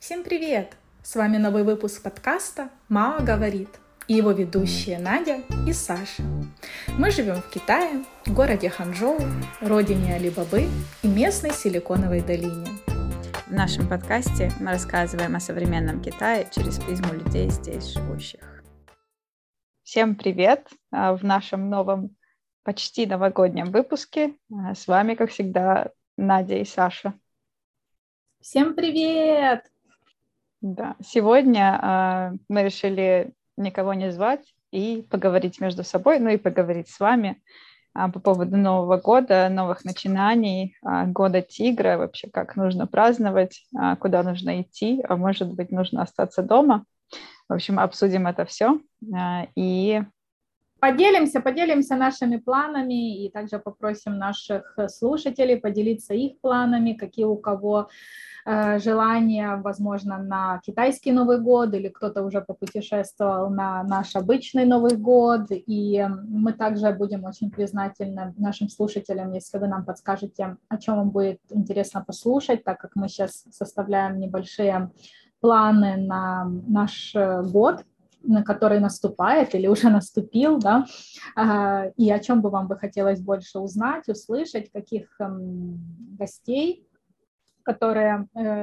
Всем привет! С вами новый выпуск подкаста «Мао говорит» и его ведущие Надя и Саша. Мы живем в Китае, в городе Ханчжоу, родине Али-Бабы и местной Силиконовой долине. В нашем подкасте мы рассказываем о современном Китае через призму людей, здесь живущих. Всем привет! В нашем новом почти новогоднем выпуске с вами, как всегда, Надя и Саша. Всем привет! Да, сегодня мы решили никого не звать и поговорить между собой, ну и поговорить с вами по поводу Нового года, новых начинаний, года тигра, вообще как нужно праздновать, куда нужно идти, а может быть нужно остаться дома. В общем, обсудим это все и Поделимся нашими планами и также попросим наших слушателей поделиться их планами, какие у кого желания, возможно, на китайский Новый год, или кто-то уже попутешествовал на наш обычный Новый год. И мы также будем очень признательны нашим слушателям, если вы нам подскажете, о чем вам будет интересно послушать, так как мы сейчас составляем небольшие планы на наш год, на который наступает или уже наступил, да, и о чем бы вам хотелось больше узнать, услышать, каких гостей, которые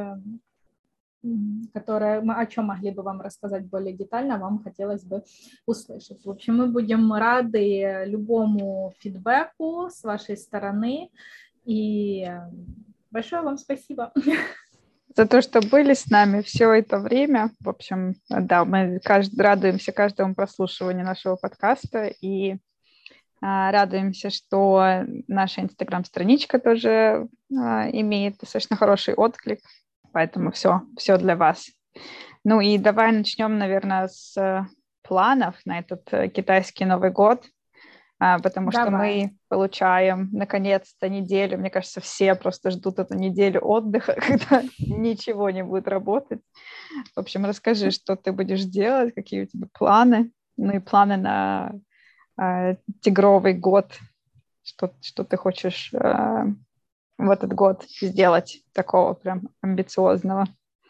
мы о чем могли бы вам рассказать более детально, вам хотелось бы услышать. В общем, мы будем рады любому фидбэку с вашей стороны, и большое вам спасибо. За то, что были с нами все это время. В общем, да, мы радуемся каждому прослушиванию нашего подкаста и радуемся, что наша инстаграм-страничка тоже имеет достаточно хороший отклик, поэтому все для вас. Ну и давай начнем, наверное, с планов на этот китайский Новый год, потому что мы получаем наконец-то неделю, мне кажется, все просто ждут эту неделю отдыха, когда ничего не будет работать. В общем, расскажи, что ты будешь делать, какие у тебя планы, ну и планы на тигровый год, что ты хочешь в этот год сделать такого прям амбициозного.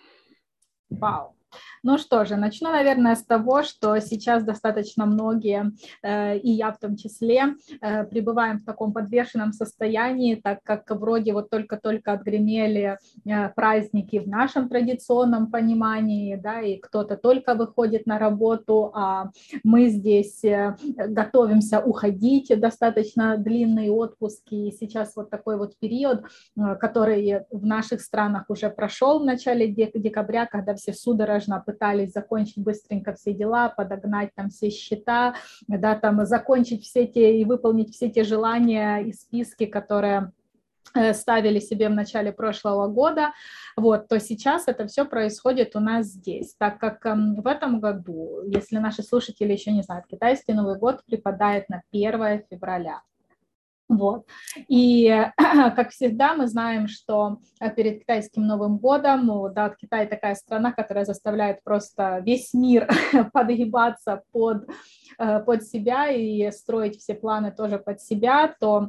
Вау. Ну что же, начну, наверное, с того, что сейчас достаточно многие, и я в том числе, пребываем в таком подвешенном состоянии, так как вроде вот только-только отгремели праздники в нашем традиционном понимании, да, и кто-то только выходит на работу, а мы здесь готовимся уходить, достаточно длинные отпуски, и сейчас вот такой вот период, который в наших странах уже прошел в начале декабря, когда все судорожно пытались закончить быстренько все дела, подогнать там все счета, да, там закончить все те и выполнить все те желания и списки, которые ставили себе в начале прошлого года, вот, то сейчас это все происходит у нас здесь, так как в этом году, если наши слушатели еще не знают, китайский Новый год припадает на 1 февраля. Вот. И, как всегда, мы знаем, что перед китайским Новым годом, да, Китай такая страна, которая заставляет просто весь мир подгибаться под себя и строить все планы тоже под себя, то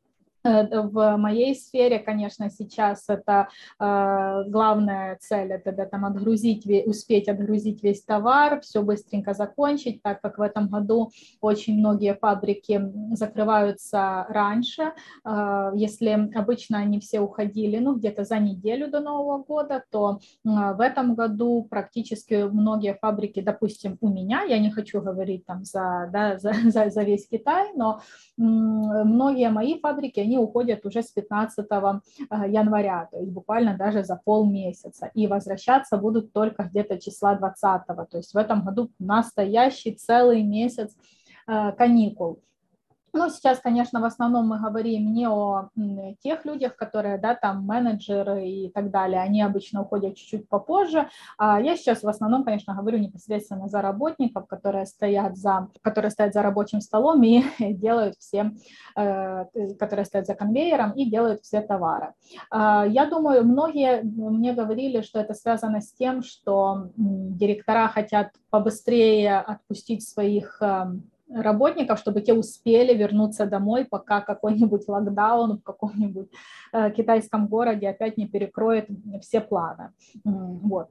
в моей сфере, конечно, сейчас это главная цель, это да, там успеть отгрузить весь товар, все быстренько закончить, так как в этом году очень многие фабрики закрываются раньше. Если обычно они все уходили, ну, где-то за неделю до Нового года, то в этом году практически многие фабрики, допустим, у меня, я не хочу говорить там за весь Китай, но многие мои фабрики, они уходят уже с 15 января, то есть буквально даже за полмесяца, и возвращаться будут только где-то числа 20, то есть в этом году настоящий целый месяц каникул. Ну, сейчас, конечно, в основном мы говорим не о тех людях, которые, да, там менеджеры и так далее, они обычно уходят чуть-чуть попозже. Я сейчас в основном, конечно, говорю непосредственно за работников, которые стоят за рабочим столом и делают все, которые стоят за конвейером и делают все товары. Я думаю, многие мне говорили, что это связано с тем, что директора хотят побыстрее отпустить своих работников, чтобы те успели вернуться домой, пока какой-нибудь локдаун в каком-нибудь китайском городе опять не перекроет все планы. Вот.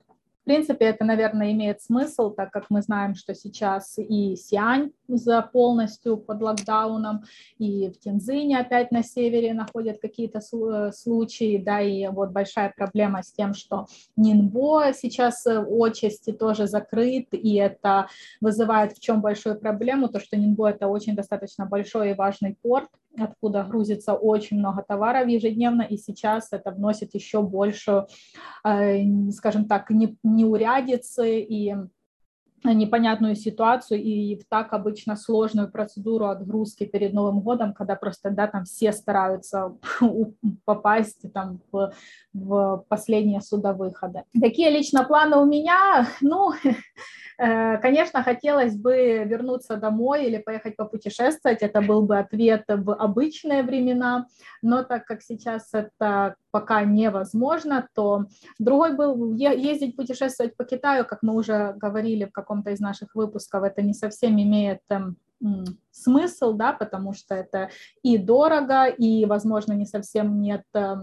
В принципе, это, наверное, имеет смысл, так как мы знаем, что сейчас и Сиань полностью под локдауном, и в Тяньцзине опять на севере находят какие-то случаи, да, и вот большая проблема с тем, что Нинбо сейчас отчасти тоже закрыт, и это вызывает в чем большую проблему, то, что Нинбо это очень достаточно большой и важный порт, откуда грузится очень много товаров ежедневно, и сейчас это вносит еще большую, скажем так, неурядицы и непонятную ситуацию и в так обычно сложную процедуру отгрузки перед Новым годом, когда просто, да, там все стараются попасть там в последние судовыходы. Какие лично планы у меня? Ну, конечно, хотелось бы вернуться домой или поехать попутешествовать. Это был бы ответ в обычные времена, но так как сейчас это пока невозможно, то другой был ездить путешествовать по Китаю, как мы уже говорили в каком-то из наших выпусков, это не совсем имеет смысл, да, потому что это и дорого, и, возможно, не совсем нет,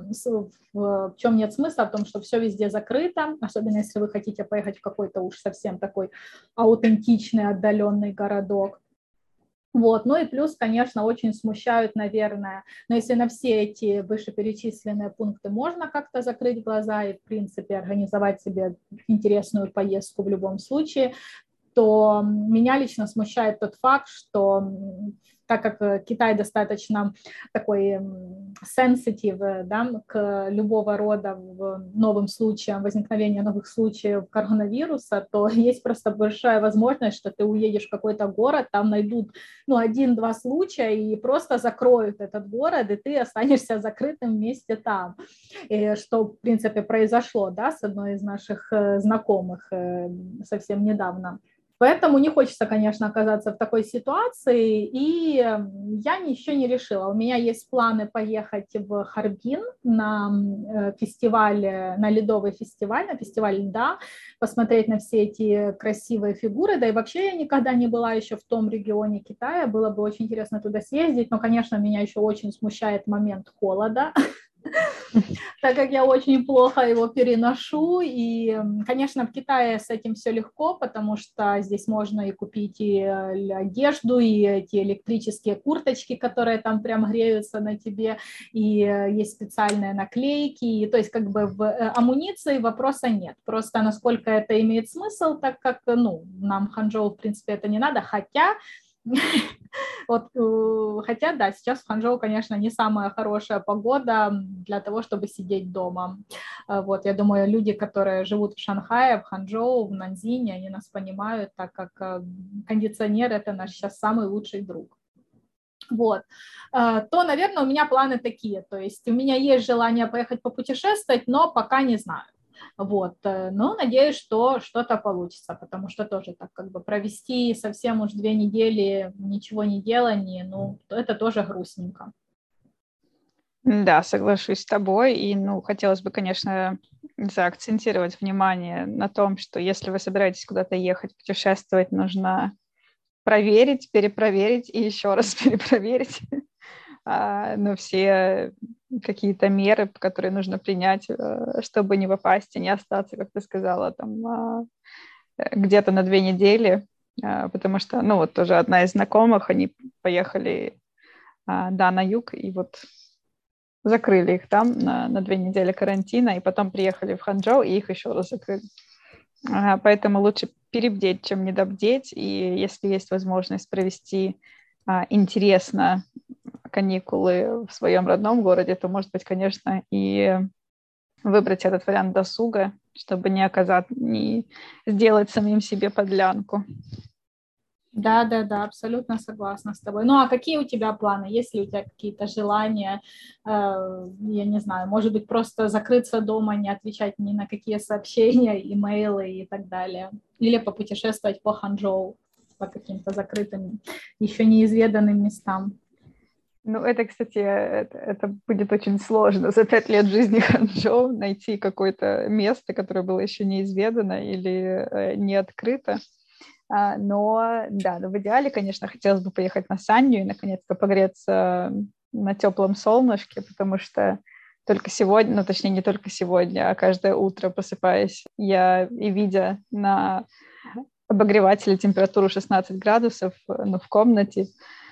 в чем нет смысла, в том, что все везде закрыто, особенно если вы хотите поехать в какой-то уж совсем такой аутентичный, отдаленный городок. Вот. Ну и плюс, конечно, очень смущают, наверное, но если на все эти вышеперечисленные пункты можно как-то закрыть глаза и, в принципе, организовать себе интересную поездку в любом случае, то меня лично смущает тот факт, что так как Китай достаточно такой sensitive, да, к любого рода новым случаям, возникновения новых случаев коронавируса, то есть просто большая возможность, что ты уедешь в какой-то город, там найдут один-два случая и просто закроют этот город, и ты останешься закрытым вместе там. И что, в принципе, произошло, да, с одной из наших знакомых совсем недавно. Поэтому не хочется, конечно, оказаться в такой ситуации, и я еще не решила. У меня есть планы поехать в Харбин на фестиваль, на ледовый фестиваль, на фестиваль льда, посмотреть на все эти красивые фигуры. Да и вообще я никогда не была еще в том регионе Китая, было бы очень интересно туда съездить, но, конечно, меня еще очень смущает момент холода, так как я очень плохо его переношу. И, конечно, в Китае с этим все легко, потому что здесь можно и купить и одежду, и эти электрические курточки, которые там прям греются на тебе, и есть специальные наклейки. И, то есть как бы в амуниции вопроса нет. Просто насколько это имеет смысл, так как, нам в Ханчжоу, в принципе, это не надо, хотя... Вот, хотя, да, сейчас в Ханчжоу, конечно, не самая хорошая погода для того, чтобы сидеть дома. Вот, я думаю, люди, которые живут в Шанхае, в Ханчжоу, в Наньцзине, они нас понимают, так как кондиционер – это наш сейчас самый лучший друг. Вот, то, наверное, у меня планы такие, то есть у меня есть желание поехать попутешествовать, но пока не знаю. Вот, но надеюсь, что что-то получится, потому что тоже так как бы провести совсем уж 2 недели ничего не делания, это тоже грустненько. Да, соглашусь с тобой. И, хотелось бы, конечно, заакцентировать внимание на том, что если вы собираетесь куда-то ехать, путешествовать, нужно проверить, перепроверить и еще раз перепроверить все какие-то меры, которые нужно принять, чтобы не попасть и не остаться, как ты сказала, там где-то на 2 недели, потому что, вот тоже одна из знакомых, они поехали, на юг, и вот закрыли их там на 2 недели карантина, и потом приехали в Ханчжоу, и их еще раз закрыли. Поэтому лучше перебдеть, чем недобдеть, и если есть возможность провести интересно каникулы в своем родном городе, то, может быть, конечно, и выбрать этот вариант досуга, чтобы не сделать самим себе подлянку. Да, абсолютно согласна с тобой. А какие у тебя планы? Есть ли у тебя какие-то желания, я не знаю, может быть, просто закрыться дома, не отвечать ни на какие сообщения, имейлы и так далее? Или попутешествовать по Ханчжоу, по каким-то закрытым, еще неизведанным местам? Это, кстати, это будет очень сложно за 5 лет жизни Ханчжоу найти какое-то место, которое было еще неизведано или не открыто. Но, да, в идеале, конечно, хотелось бы поехать на Санью и наконец-то погреться на теплом солнышке, потому что только сегодня, ну, точнее, не только сегодня, а каждое утро, просыпаясь, я и видя на обогревателе температуру 16 градусов, ну, в комнате,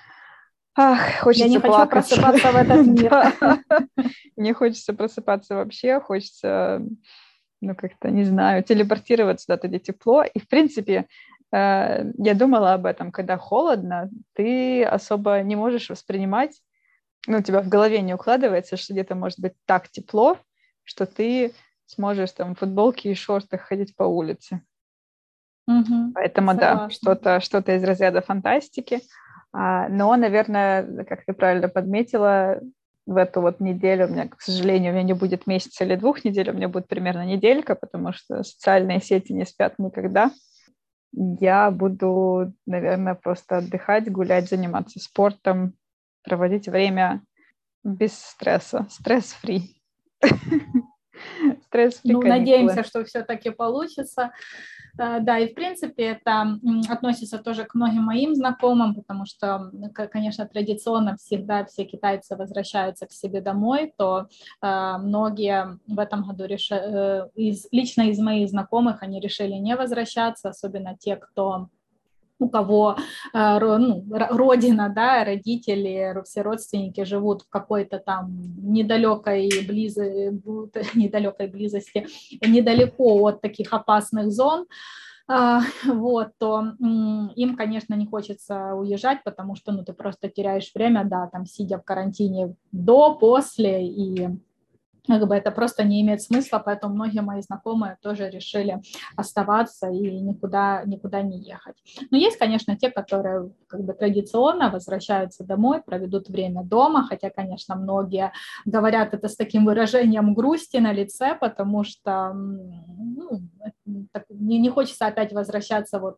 Я не хочется хочу плакать. просыпаться в этот мир. Не хочется просыпаться вообще, хочется, ну, как-то, не знаю, телепортироваться куда-то, где тепло. И, в принципе, я думала об этом, когда холодно, ты особо не можешь воспринимать, ну, у тебя в голове не укладывается, что где-то может быть так тепло, что ты сможешь там в футболке и шортах ходить по улице. Поэтому, да, Согласна. что-то из разряда фантастики. Но, наверное, как ты правильно подметила, в эту вот неделю, к сожалению, у меня не будет месяца или 2 недель, у меня будет примерно неделька, потому что социальные сети не спят никогда. Я буду, наверное, просто отдыхать, гулять, заниматься спортом, проводить время без стресса, стресс-фри. Стресс-фри Ну, каникулы. надеемся, что все-таки получится. Да, и в принципе это относится тоже к многим моим знакомым, потому что, конечно, традиционно всегда все китайцы возвращаются к себе домой, то многие в этом году лично из моих знакомых они решили не возвращаться, особенно те, у кого родина, да, родители, все родственники живут в какой-то там недалекой близости, недалеко от таких опасных зон, вот, то им, конечно, не хочется уезжать, потому что, ну, ты просто теряешь время, да, там, сидя в карантине до, после, и как бы это просто не имеет смысла, поэтому многие мои знакомые тоже решили оставаться и никуда не ехать. Но есть, конечно, те, которые как бы традиционно возвращаются домой, проведут время дома, хотя, конечно, многие говорят это с таким выражением грусти на лице, потому что ну, не хочется опять возвращаться вот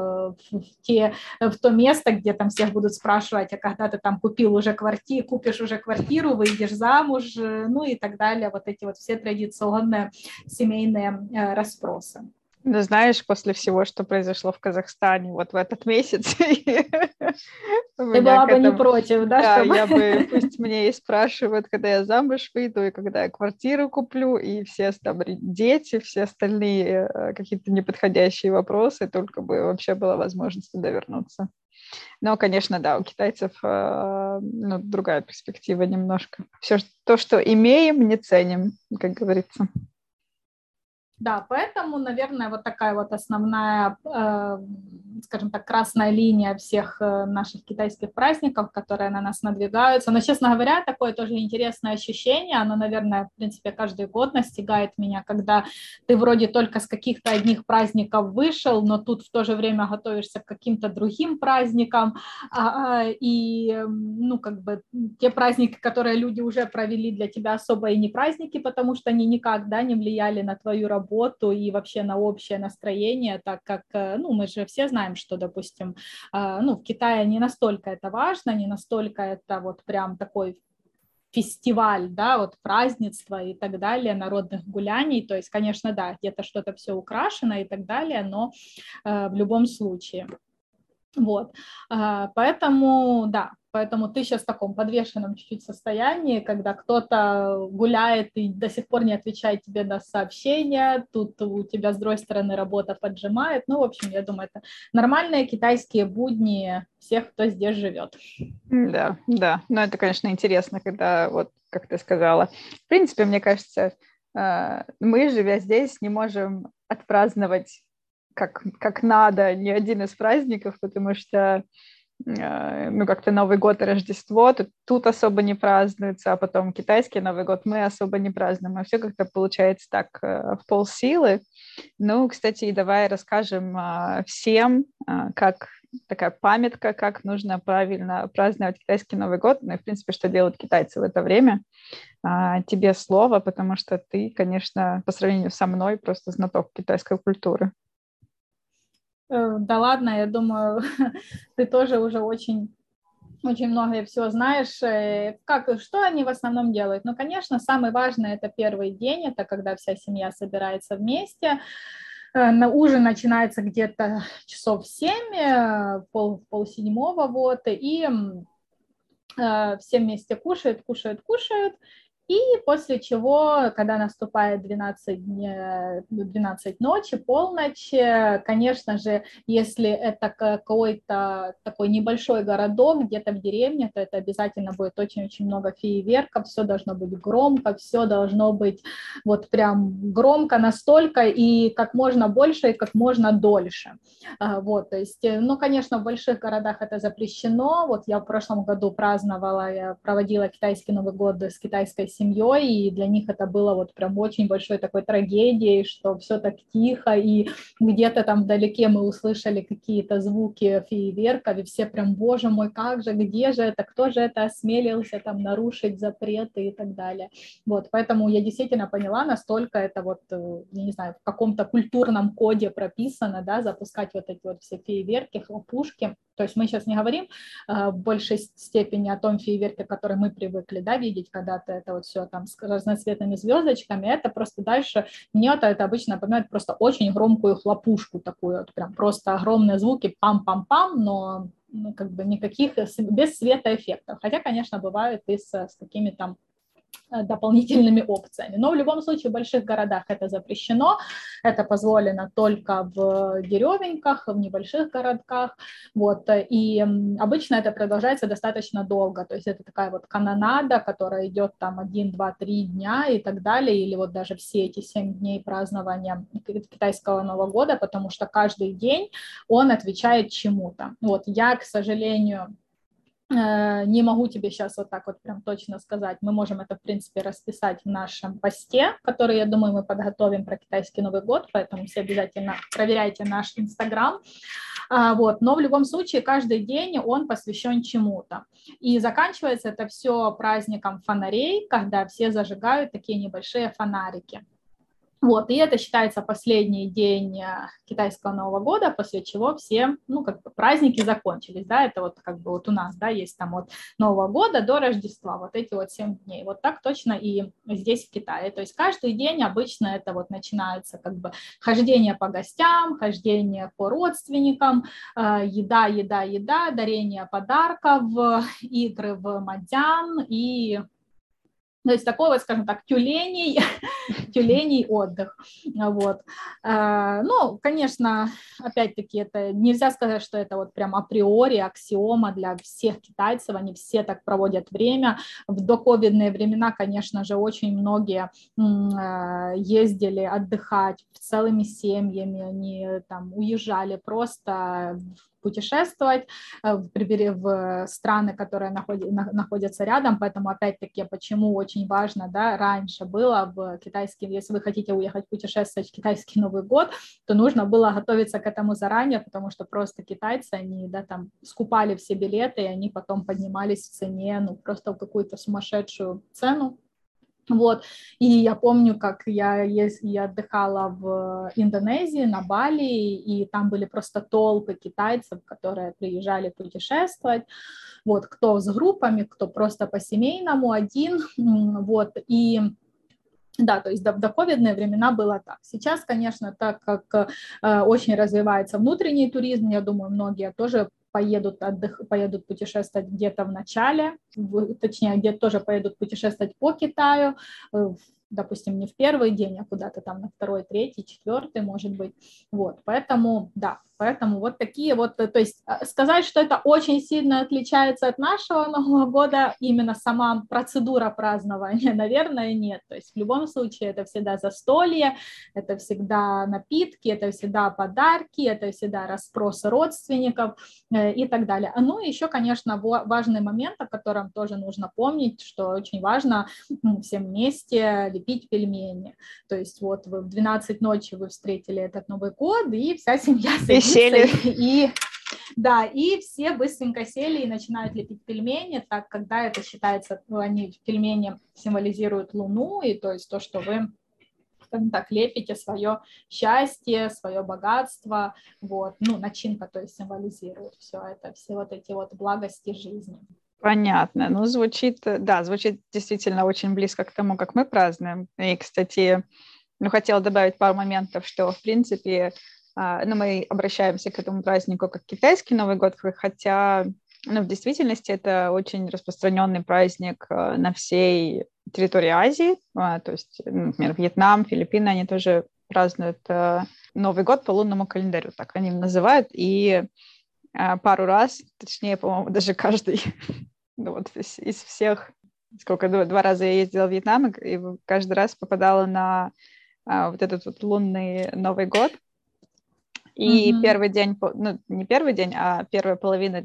в то место, где там всех будут спрашивать, а когда ты там купишь уже квартиру, выйдешь замуж, ну и так далее, вот эти вот все традиционные семейные расспросы. Ну, знаешь, после всего, что произошло в Казахстане вот в этот месяц, у Ты меня была к бы не этому... против, да, Да, чтобы... я бы, пусть мне и спрашивают, когда я замуж выйду, и когда я квартиру куплю, и все там дети, все остальные какие-то неподходящие вопросы, только бы вообще была возможность туда вернуться. Но, конечно, да, у китайцев ну, другая перспектива немножко. Все то, что имеем, не ценим, как говорится. Да, поэтому, наверное, вот такая вот основная, скажем так, красная линия всех наших китайских праздников, которые на нас надвигаются. Но, честно говоря, такое тоже интересное ощущение, оно, наверное, в принципе, каждый год настигает меня, когда ты вроде только с каких-то одних праздников вышел, но тут в то же время готовишься к каким-то другим праздникам, и, ну, как бы те праздники, которые люди уже провели, для тебя особо и не праздники, потому что они никак, да, не влияли на твою работу и вообще на общее настроение, так как, ну, мы же все знаем, что, допустим, ну, в Китае не настолько это важно, не настолько это вот прям такой фестиваль, да, вот празднества и так далее, народных гуляний, то есть, конечно, да, где-то что-то все украшено и так далее, но в любом случае. Вот, поэтому, да, поэтому ты сейчас в таком подвешенном чуть-чуть состоянии, когда кто-то гуляет и до сих пор не отвечает тебе на сообщения, тут у тебя с другой стороны работа поджимает, ну, в общем, я думаю, это нормальные китайские будни всех, кто здесь живет. Да, да, но это, конечно, интересно, когда, вот, как ты сказала, в принципе, мне кажется, мы, живя здесь, не можем отпраздновать как надо ни один из праздников, потому что, ну, как-то Новый год и Рождество тут особо не празднуется, а потом китайский Новый год мы особо не празднуем, а все как-то получается так в полсилы. Ну, кстати, давай расскажем всем, как такая памятка, как нужно правильно праздновать китайский Новый год, ну и, в принципе, что делают китайцы в это время. Тебе слово, потому что ты, конечно, по сравнению со мной, просто знаток китайской культуры. Да ладно, я думаю, ты тоже уже очень много всего знаешь. Что они в основном делают? Ну, конечно, самый важный это первый день, это когда вся семья собирается вместе. На ужин начинается где-то часов 7, полседьмого, вот, и все вместе кушают. И после чего, когда наступает 12 ночи, полночь, конечно же, если это какой-то такой небольшой городок, где-то в деревне, то это обязательно будет очень-очень много фейерверков, все должно быть громко, все должно быть вот прям громко настолько и как можно больше, и как можно дольше. Вот, то есть, ну, конечно, в больших городах это запрещено. Вот я в прошлом году праздновала, я проводила китайский Новый год с китайской семьей, и для них это было вот прям очень большой такой трагедией, что все так тихо, и где-то там вдалеке мы услышали какие-то звуки фейерверков, и все прям, боже мой, как же, где же это, кто же это осмелился там нарушить запреты и так далее. Вот, поэтому я действительно поняла, настолько это вот, я не знаю, в каком-то культурном коде прописано, да, запускать вот эти вот все фейерверки, хлопушки. То есть мы сейчас не говорим в большей степени о том фейерверке, который мы привыкли, да, видеть когда-то, это вот все там с разноцветными звездочками, это просто дальше, мне это обычно напоминает просто очень громкую хлопушку такую, вот прям просто огромные звуки, пам-пам-пам, но ну, как бы никаких, без светоэффектов. Хотя, конечно, бывают и с какими-то дополнительными опциями. Но в любом случае в больших городах это запрещено, это позволено только в деревеньках, в небольших городках, вот, и обычно это продолжается достаточно долго, то есть это такая вот канонада, которая идет там 1, 2, 3 дня и так далее, или вот даже все эти 7 дней празднования китайского Нового года, потому что каждый день он отвечает чему-то. Вот, я, к сожалению, не могу тебе сейчас вот так вот прям точно сказать. Мы можем это, в принципе, расписать в нашем посте, который, я думаю, мы подготовим про китайский Новый год, поэтому все обязательно проверяйте наш Инстаграм. Вот. Но в любом случае каждый день он посвящен чему-то. И заканчивается это все праздником фонарей, когда все зажигают такие небольшие фонарики. Вот, и это считается последний день китайского Нового года, после чего все, ну, как бы праздники закончились, да, это вот как бы вот у нас, да, есть там от Нового года до Рождества, вот эти вот 7 дней, вот так точно и здесь в Китае, то есть каждый день обычно это вот начинается как бы хождение по гостям, хождение по родственникам, еда, еда, еда, дарение подарков, игры в мадян и... То есть такой вот, скажем так, тюленей отдых. Вот. Ну, конечно, опять-таки, это нельзя сказать, что это вот прям априори аксиома для всех китайцев, они все так проводят время. В доковидные времена, конечно же, очень многие ездили отдыхать целыми семьями, они там уезжали просто путешествовать в страны, которые находятся рядом, поэтому опять-таки, почему очень важно, да, раньше было в китайский, если вы хотите уехать путешествовать в китайский Новый год, то нужно было готовиться к этому заранее, потому что просто китайцы, они, да, там скупали все билеты, и они потом поднимались в цене, ну, просто в какую-то сумасшедшую цену. Вот, и я помню, как я отдыхала в Индонезии, на Бали, и там были просто толпы китайцев, которые приезжали путешествовать, вот, кто с группами, кто просто по-семейному, один, вот, и... Да, то есть в доковидные времена было так. Сейчас, конечно, так как очень развивается внутренний туризм, я думаю, многие тоже поедут путешествовать где-то в начале, точнее, где-то тоже поедут путешествовать по Китаю, допустим, не в первый день, а куда-то там на второй, третий, четвертый, может быть. Вот, поэтому, да, поэтому вот такие вот, то есть сказать, что это очень сильно отличается от нашего Нового года, именно сама процедура празднования, наверное, нет. То есть в любом случае это всегда застолье, это всегда напитки, это всегда подарки, это всегда расспросы родственников и так далее. Ну и еще, конечно, важный момент, о котором тоже нужно помнить, что очень важно всем вместе лепить пельмени. То есть вот вы в 12 ночи вы встретили этот Новый год, и вся семья садится, и да, и все быстренько сели и начинают лепить пельмени, так, когда это считается, ну, они пельмени символизируют Луну, и то есть то, что вы, скажем так, лепите свое счастье, свое богатство, вот, ну, начинка, то есть символизирует все это, все вот эти вот благости жизни. Понятно. Ну, звучит действительно очень близко к тому, как мы празднуем. И, кстати, хотела добавить пару моментов, что, в принципе, мы обращаемся к этому празднику как китайский Новый год, хотя в действительности это очень распространенный праздник на всей территории Азии, то есть, например, Вьетнам, Филиппины, они тоже празднуют Новый год по лунному календарю, так они его называют, и пару раз, точнее, по-моему, даже каждый, вот из всех, сколько, 2 раза я ездила в Вьетнам, и каждый раз попадала на вот этот вот лунный Новый год, и первый день, ну, не первый день, а первая половина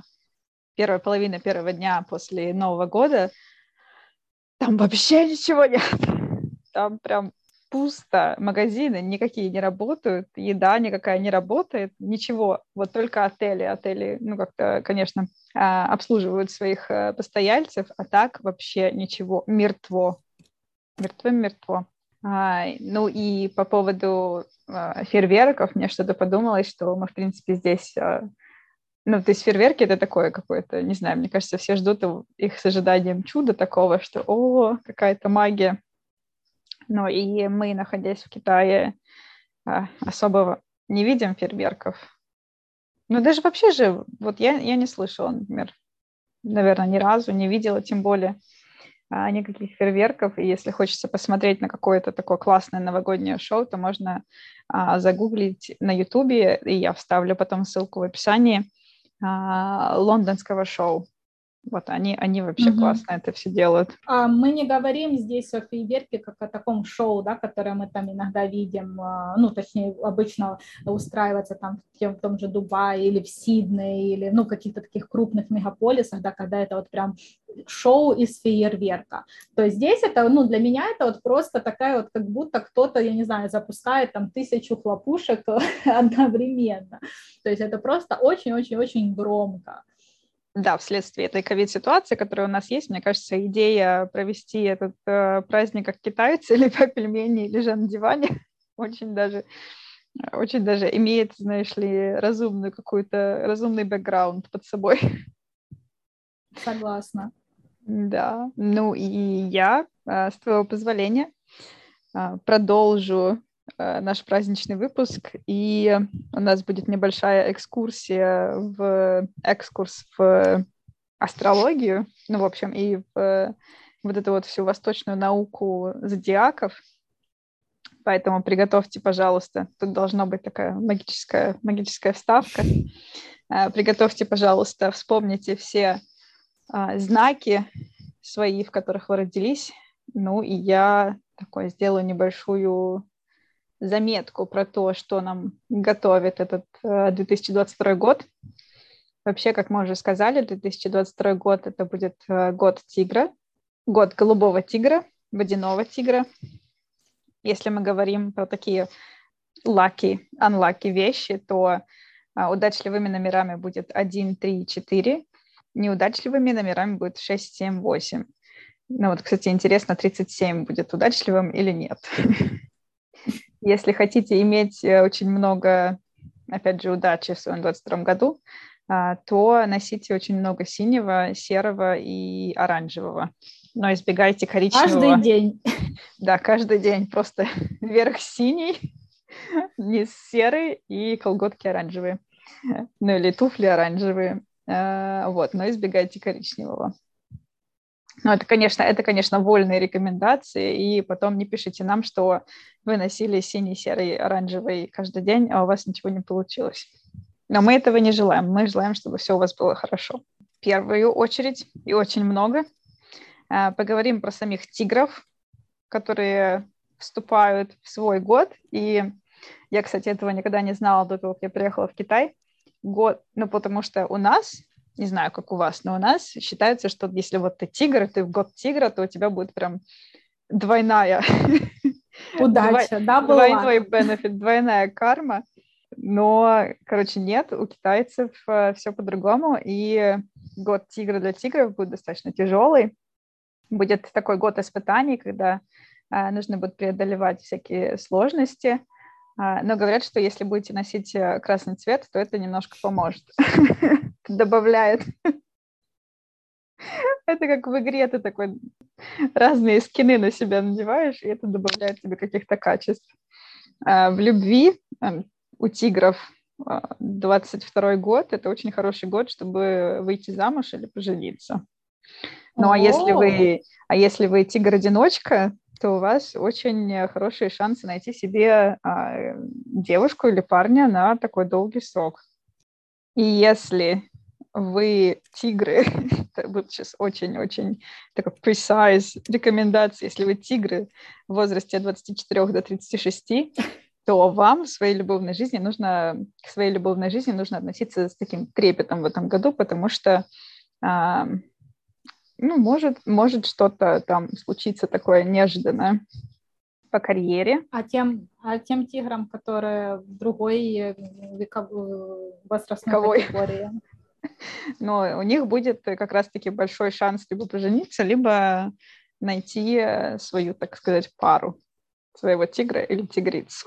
первого дня после Нового года, там вообще ничего нет. Там прям пусто. Магазины никакие не работают, еда никакая не работает, ничего. Вот только отели. Отели, ну, как-то, конечно, обслуживают своих постояльцев, а так вообще ничего. Мертво. Мертво. Ну и по поводу фейерверков, мне что-то подумалось, что мы, в принципе, здесь... Ну, то есть фейерверки — это такое какое-то, не знаю, мне кажется, все ждут их с ожиданием чуда такого, что, о, какая-то магия. Но и мы, находясь в Китае, особо не видим фейерверков. Ну, даже вообще же, вот я не слышала, например, наверное, ни разу не видела, тем более никаких фейерверков. И если хочется посмотреть на какое-то такое классное новогоднее шоу, то можно загуглить на Ютубе, и я вставлю потом ссылку в описании, лондонского шоу. Вот они вообще классно это все делают. Мы не говорим здесь о фейерверке как о таком шоу, да, которое мы там иногда видим, ну, точнее, обычно устраивается там в том же Дубае или в Сиднее, или, ну, каких-то таких крупных мегаполисах, да, когда это вот прям шоу из фейерверка. То есть здесь это, ну, для меня это вот просто такая вот, как будто кто-то, я не знаю, запускает там 1000 хлопушек одновременно. То есть это просто очень-очень-очень громко. Да, вследствие этой ковид-ситуации, которая у нас есть, мне кажется, идея провести этот праздник как китайцы, либо пельмени, лежа на диване, очень даже имеет, знаешь ли, разумный бэкграунд под собой. Согласна. Да, ну и я, с твоего позволения, продолжу наш праздничный выпуск, и у нас будет небольшая экскурс в астрологию, ну, в общем, и в вот эту вот всю восточную науку зодиаков. Поэтому приготовьте, пожалуйста, тут должна быть такая магическая вставка. Приготовьте, пожалуйста, вспомните все знаки свои, в которых вы родились. Ну, и я сделаю небольшую заметку про то, что нам готовит этот 2022 год. Вообще, как мы уже сказали, 2022 год – это будет год тигра, год голубого тигра, водяного тигра. Если мы говорим про такие lucky, unlucky вещи, то удачливыми номерами будет 1, 3, 4, неудачливыми номерами будет 6, 7, 8. Ну вот, кстати, интересно, 37 будет удачливым или нет. Если хотите иметь очень много, опять же, удачи в своем 2022 году, то носите очень много синего, серого и оранжевого. Но избегайте коричневого. Каждый день. Да, каждый день. Просто верх синий, низ серый и колготки оранжевые. Ну или туфли оранжевые. Вот, но избегайте коричневого. Ну, это, конечно, вольные рекомендации, и потом не пишите нам, что вы носили синий, серый, оранжевый каждый день, а у вас ничего не получилось. Но мы этого не желаем. Мы желаем, чтобы все у вас было хорошо. В первую очередь, и очень много, поговорим про самих тигров, которые вступают в свой год. И я, кстати, этого никогда не знала до того, как я приехала в Китай. Потому что у нас, не знаю, как у вас, но у нас считается, что если вот ты тигр, ты в год тигра, то у тебя будет прям двойная удача, двойной бенефит, двойная карма. Но, короче, нет, у китайцев все по-другому, и год тигра для тигров будет достаточно тяжелый. Будет такой год испытаний, когда нужно будет преодолевать всякие сложности. Но говорят, что если будете носить красный цвет, то это немножко поможет. Добавляет. Это как в игре, ты такой разные скины на себя надеваешь, и это добавляет тебе каких-то качеств. В любви у тигров 22 год – это очень хороший год, чтобы выйти замуж или пожениться. Ну, О, а если вы тигр-одиночка, то у вас очень хорошие шансы найти себе девушку или парня на такой долгий срок. И если вы тигры, это будет сейчас очень-очень такой precise рекомендация, если вы тигры в возрасте от 24 до 36, то вам к своей любовной жизни нужно относиться с таким трепетом в этом году, потому что может что-то там случиться такое неожиданное по карьере. а тем тиграм, которые в другой возрастной Кого? категории? Но у них будет как раз-таки большой шанс либо пожениться, либо найти свою, так сказать, пару, своего тигра или тигрицу.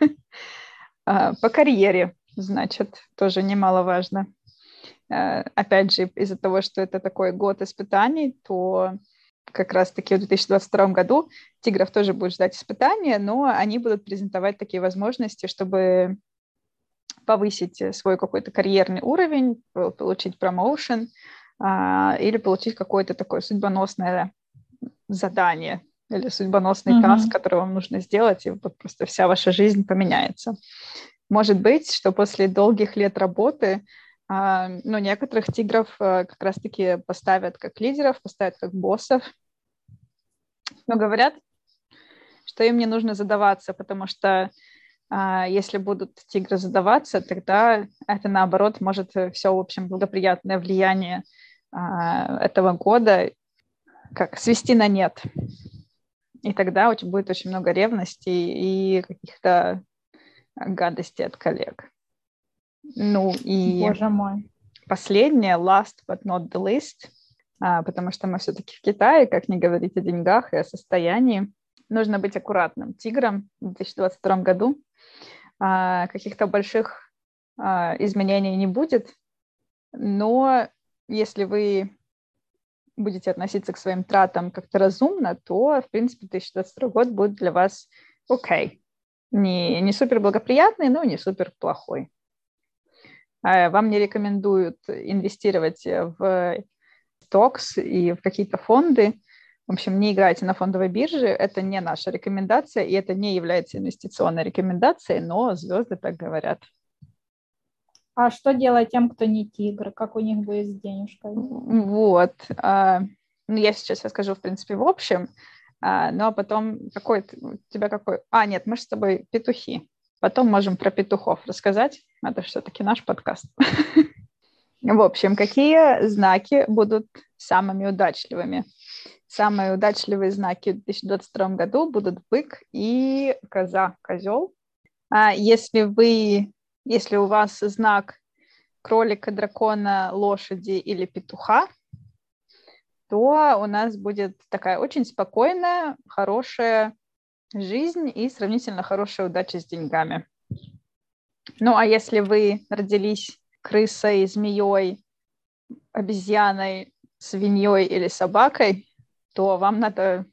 По карьере, значит, тоже немаловажно. Опять же, из-за того, что это такой год испытаний, то как раз-таки в 2022 году тигров тоже будет ждать испытания, но они будут презентовать такие возможности, чтобы повысить свой какой-то карьерный уровень, получить промоушен или получить какое-то такое судьбоносное задание или судьбоносный таск, который вам нужно сделать, и вот просто вся ваша жизнь поменяется. Может быть, что после долгих лет работы некоторых тигров как раз-таки поставят как лидеров, поставят как боссов, но говорят, что им не нужно задаваться, потому что если будут тигры задаваться, тогда это, наоборот, может все, в общем, благоприятное влияние этого года как свести на нет. И тогда у тебя будет очень много ревности и каких-то гадостей от коллег. Ну и Боже мой. последнее, last but not the least, потому что мы все-таки в Китае, как не говорить о деньгах и о состоянии, нужно быть аккуратным тигром в 2022 году. Каких-то больших изменений не будет, но если вы будете относиться к своим тратам как-то разумно, то, в принципе, 2022 год будет для вас окей. Не супер благоприятный, но не супер плохой. Вам не рекомендуют инвестировать в стокс и в какие-то фонды. В общем, не играйте на фондовой бирже. Это не наша рекомендация, и это не является инвестиционной рекомендацией, но звезды так говорят. А что делать тем, кто не тигр? Как у них будет с денежкой? Вот. Я сейчас расскажу, в принципе, в общем, но потом у тебя какой... Нет, мы же с тобой петухи. Потом можем про петухов рассказать. Это все-таки наш подкаст. В общем, какие знаки будут самыми удачливыми? Самые удачливые знаки в 2022 году будут бык и коза, козел. Если у вас знак кролика, дракона, лошади или петуха, то у нас будет такая очень спокойная, хорошая жизнь и сравнительно хорошая удача с деньгами. Ну, а если вы родились крысой, змеей, обезьяной, свиньей или собакой, то вам надо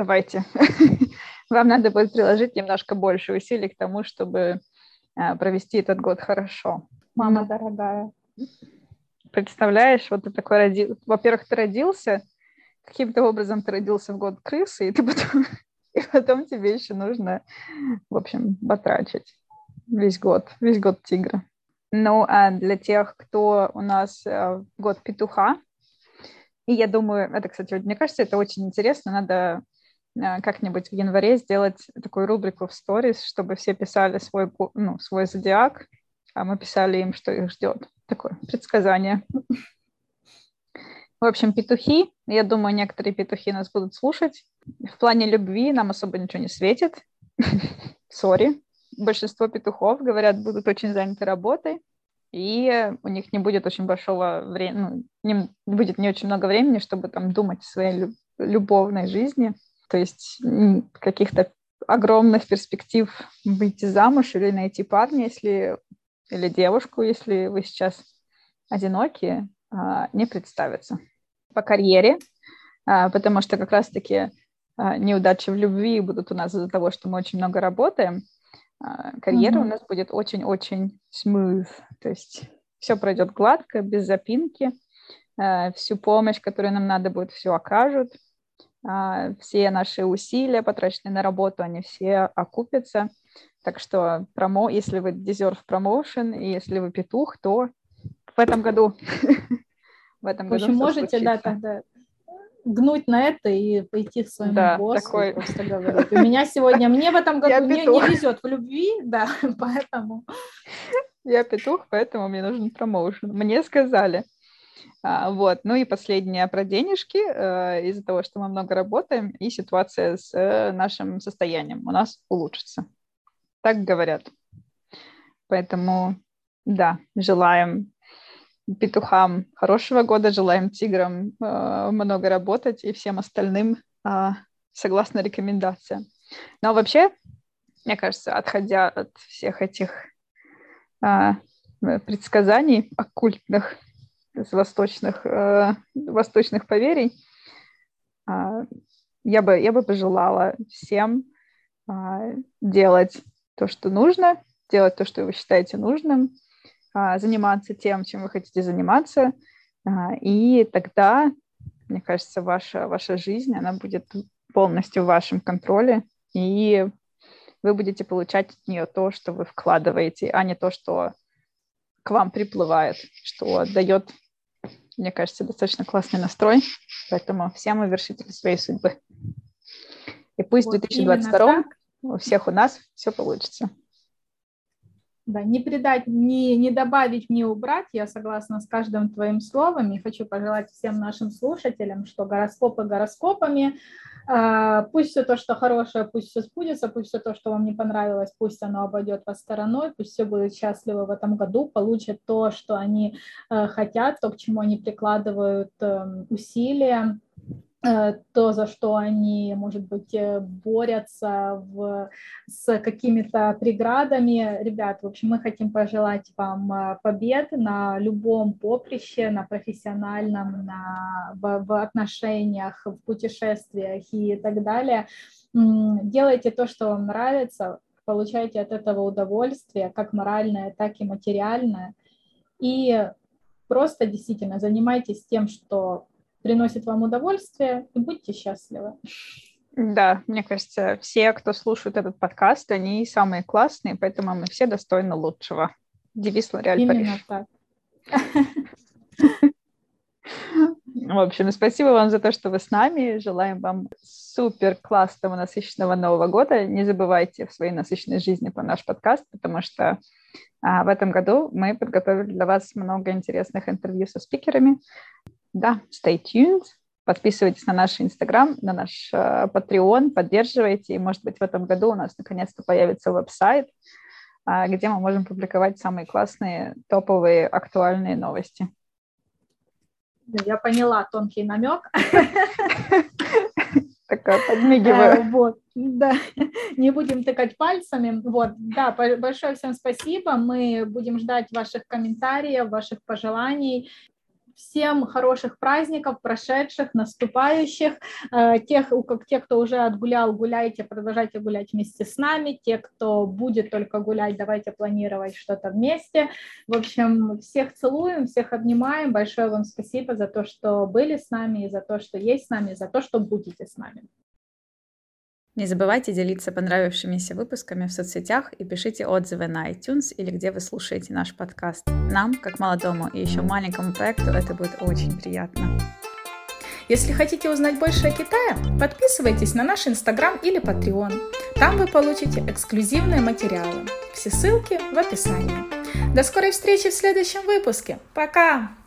будет приложить немножко больше усилий к тому, чтобы провести этот год хорошо. Мама дорогая. Представляешь, вот ты такой во-первых, ты родился, каким-то образом ты родился в год крысы, и потом тебе еще нужно, в общем, батрачить весь год тигра. Ну, а для тех, кто у нас в год петуха, и я думаю, это, кстати, мне кажется, это очень интересно, надо как-нибудь в январе сделать такую рубрику в сторис, чтобы все писали свой зодиак, а мы писали им, что их ждет. Такое предсказание. В общем, петухи, я думаю, некоторые петухи нас будут слушать. В плане любви нам особо ничего не светит. Сори. Большинство петухов, говорят, будут очень заняты работой, и у них не будет очень большого времени, не будет не очень много времени, чтобы там думать о своей любовной жизни. То есть каких-то огромных перспектив выйти замуж или найти парня, или девушку, если вы сейчас одинокие, не представится. По карьере, потому что как раз-таки неудачи в любви будут у нас из-за того, что мы очень много работаем. Карьера у нас будет очень-очень smooth, то есть все пройдет гладко, без запинки. всю помощь, которую нам надо будет, все окажут. Все наши усилия, потраченные на работу, они все окупятся. Так что если вы deserve promotion, и если вы петух, то в этом году В общем, можете, да, тогда гнуть на это и пойти к своему боссу и просто говорить. Мне в этом году не везет в любви, да, поэтому... Я петух, поэтому мне нужен промоушен. Мне сказали. Вот. Ну и последнее про денежки. Из-за того, что мы много работаем, и ситуация с нашим состоянием у нас улучшится. Так говорят. Поэтому, да, желаем петухам хорошего года, желаем тиграм много работать и всем остальным согласно рекомендациям. Но вообще, мне кажется, отходя от всех этих предсказаний оккультных, с восточных поверий, я бы пожелала всем делать то, что нужно, делать то, что вы считаете нужным, заниматься тем, чем вы хотите заниматься, и тогда, мне кажется, ваша жизнь, она будет полностью в вашем контроле, и вы будете получать от нее то, что вы вкладываете, а не то, что к вам приплывает, что дает, мне кажется, достаточно классный настрой. Поэтому все мы вершители своей судьбы. И пусть в 2022 у всех у нас все получится. Да, не придать, не добавить, не убрать. Я согласна с каждым твоим словом и хочу пожелать всем нашим слушателям, что гороскопы гороскопами. Пусть все то, что хорошее, пусть все сбудется, пусть все то, что вам не понравилось, пусть оно обойдет вас стороной, пусть все будут счастливы в этом году, получат то, что они хотят, то, к чему они прикладывают усилия, то, за что они, может быть, борются с какими-то преградами. Ребят, в общем, мы хотим пожелать вам побед на любом поприще, на профессиональном, в отношениях, в путешествиях и так далее. Делайте то, что вам нравится, получайте от этого удовольствие, как моральное, так и материальное. И просто действительно занимайтесь тем, что приносит вам удовольствие, и будьте счастливы. Да, мне кажется, все, кто слушает этот подкаст, они самые классные, поэтому мы все достойны лучшего. Девиз Лореаль Париж. Именно так. В общем, спасибо вам за то, что вы с нами. Желаем вам супер классного, насыщенного Нового года. Не забывайте в своей насыщенной жизни про наш подкаст, потому что в этом году мы подготовили для вас много интересных интервью со спикерами. Да, stay tuned, подписывайтесь на наш Инстаграм, на наш Patreon, поддерживайте, и, может быть, в этом году у нас наконец-то появится веб-сайт, где мы можем публиковать самые классные, топовые, актуальные новости. Я поняла тонкий намек. Такая подмигиваю. Вот, да, не будем тыкать пальцами. Вот, да, большое всем спасибо. Мы будем ждать ваших комментариев, ваших пожеланий. Всем хороших праздников, прошедших, наступающих. Тех, кто уже отгулял, гуляйте, продолжайте гулять вместе с нами. Те, кто будет только гулять, давайте планировать что-то вместе. В общем, всех целуем, всех обнимаем. Большое вам спасибо за то, что были с нами, и за то, что есть с нами, и за то, что будете с нами. Не забывайте делиться понравившимися выпусками в соцсетях и пишите отзывы на iTunes или где вы слушаете наш подкаст. Нам, как молодому и еще маленькому проекту, это будет очень приятно. Если хотите узнать больше о Китае, подписывайтесь на наш Инстаграм или Patreon. Там вы получите эксклюзивные материалы. Все ссылки в описании. До скорой встречи в следующем выпуске. Пока!